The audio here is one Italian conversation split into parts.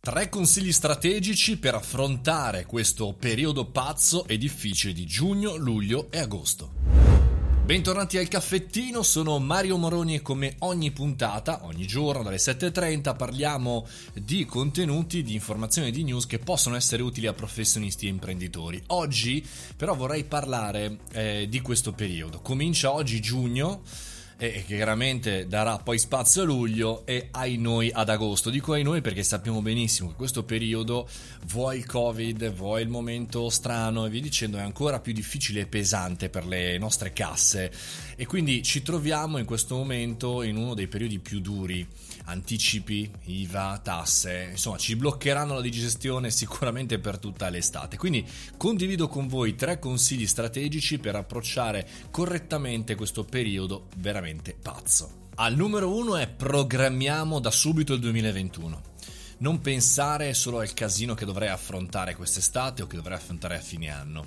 3 consigli strategici per affrontare questo periodo pazzo e difficile di giugno, luglio e agosto. Bentornati al caffettino, sono Mario Moroni e come ogni puntata, ogni giorno dalle 7:30 parliamo di contenuti, di informazioni e di news che possono essere utili a professionisti e imprenditori. Oggi però vorrei parlare di questo periodo. Comincia oggi giugno e chiaramente darà poi spazio a luglio e ai noi ad agosto. Dico ai noi perché sappiamo benissimo che questo periodo, vuoi il Covid, vuoi il momento strano e via dicendo, è ancora più difficile e pesante per le nostre casse e quindi ci troviamo in questo momento in uno dei periodi più duri. Anticipi, IVA, tasse, insomma ci bloccheranno la digestione sicuramente per tutta l'estate. Quindi condivido con voi 3 consigli strategici per approcciare correttamente questo periodo veramente pazzo. Al numero 1 è: programmiamo da subito il 2021. Non pensare solo al casino che dovrei affrontare quest'estate o che dovrei affrontare a fine anno,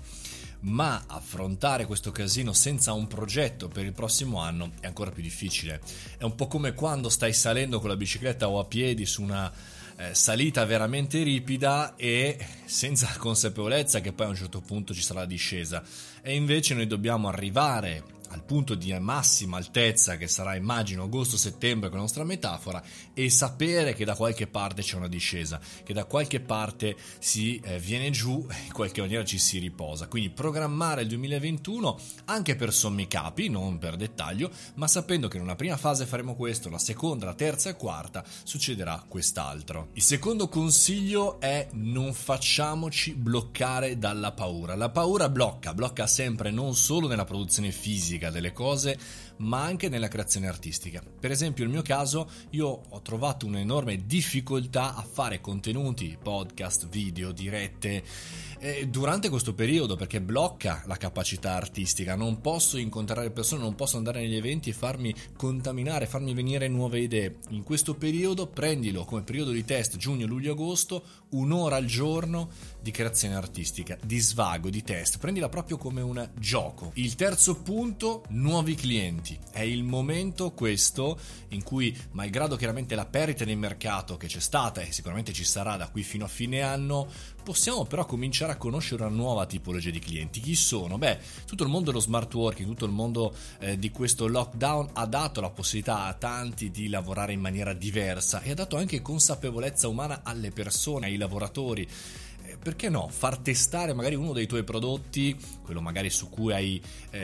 ma affrontare questo casino senza un progetto per il prossimo anno è ancora più difficile. È un po' come quando stai salendo con la bicicletta o a piedi su una salita veramente ripida e senza consapevolezza che poi a un certo punto ci sarà la discesa, e invece noi dobbiamo arrivare al punto di massima altezza che sarà, immagino, agosto-settembre con la nostra metafora, e sapere che da qualche parte c'è una discesa, che da qualche parte si viene giù e in qualche maniera ci si riposa. Quindi programmare il 2021 anche per sommi capi, non per dettaglio, ma sapendo che in una prima fase faremo questo, la seconda, la terza e quarta succederà quest'altro. Il secondo consiglio è: non facciamoci bloccare dalla paura. La paura blocca sempre, non solo nella produzione fisica delle cose, ma anche nella creazione artistica. Per esempio, nel mio caso, io ho trovato un'enorme difficoltà a fare contenuti, podcast, video, dirette durante questo periodo, perché blocca la capacità artistica. Non posso incontrare persone, non posso andare negli eventi e farmi contaminare, farmi venire nuove idee. In questo periodo prendilo come periodo di test, giugno, luglio, agosto, 1 ora al giorno di creazione artistica, di svago, di test. Prendila proprio come un gioco. Il terzo punto: nuovi clienti. È il momento questo in cui, malgrado chiaramente la perdita nel mercato che c'è stata e sicuramente ci sarà da qui fino a fine anno, possiamo però cominciare a conoscere una nuova tipologia di clienti. Chi sono? Tutto il mondo dello smart working, tutto il mondo di questo lockdown ha dato la possibilità a tanti di lavorare in maniera diversa e ha dato anche consapevolezza umana alle persone, ai lavoratori. Perché no? Far testare magari uno dei tuoi prodotti, quello magari su cui hai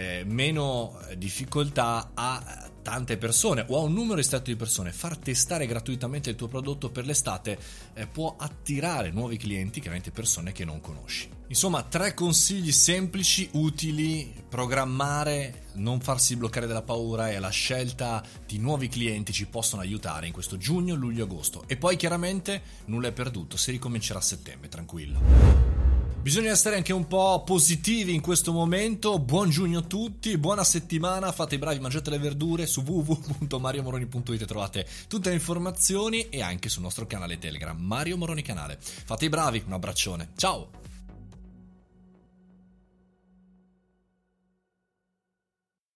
meno difficoltà, a tante persone o a un numero ristretto di persone. Far testare gratuitamente il tuo prodotto per l'estate può attirare nuovi clienti, chiaramente persone che non conosci. Insomma, 3 consigli semplici, utili: programmare, non farsi bloccare dalla paura e la scelta di nuovi clienti ci possono aiutare in questo giugno, luglio, agosto. E poi chiaramente nulla è perduto, si ricomincerà a settembre, tranquillo. Bisogna essere anche un po' positivi in questo momento. Buon giugno a tutti, buona settimana, fate i bravi, mangiate le verdure. Su www.mariomoroni.it trovate tutte le informazioni e anche sul nostro canale Telegram, Mario Moroni Canale. Fate i bravi, un abbraccione, ciao!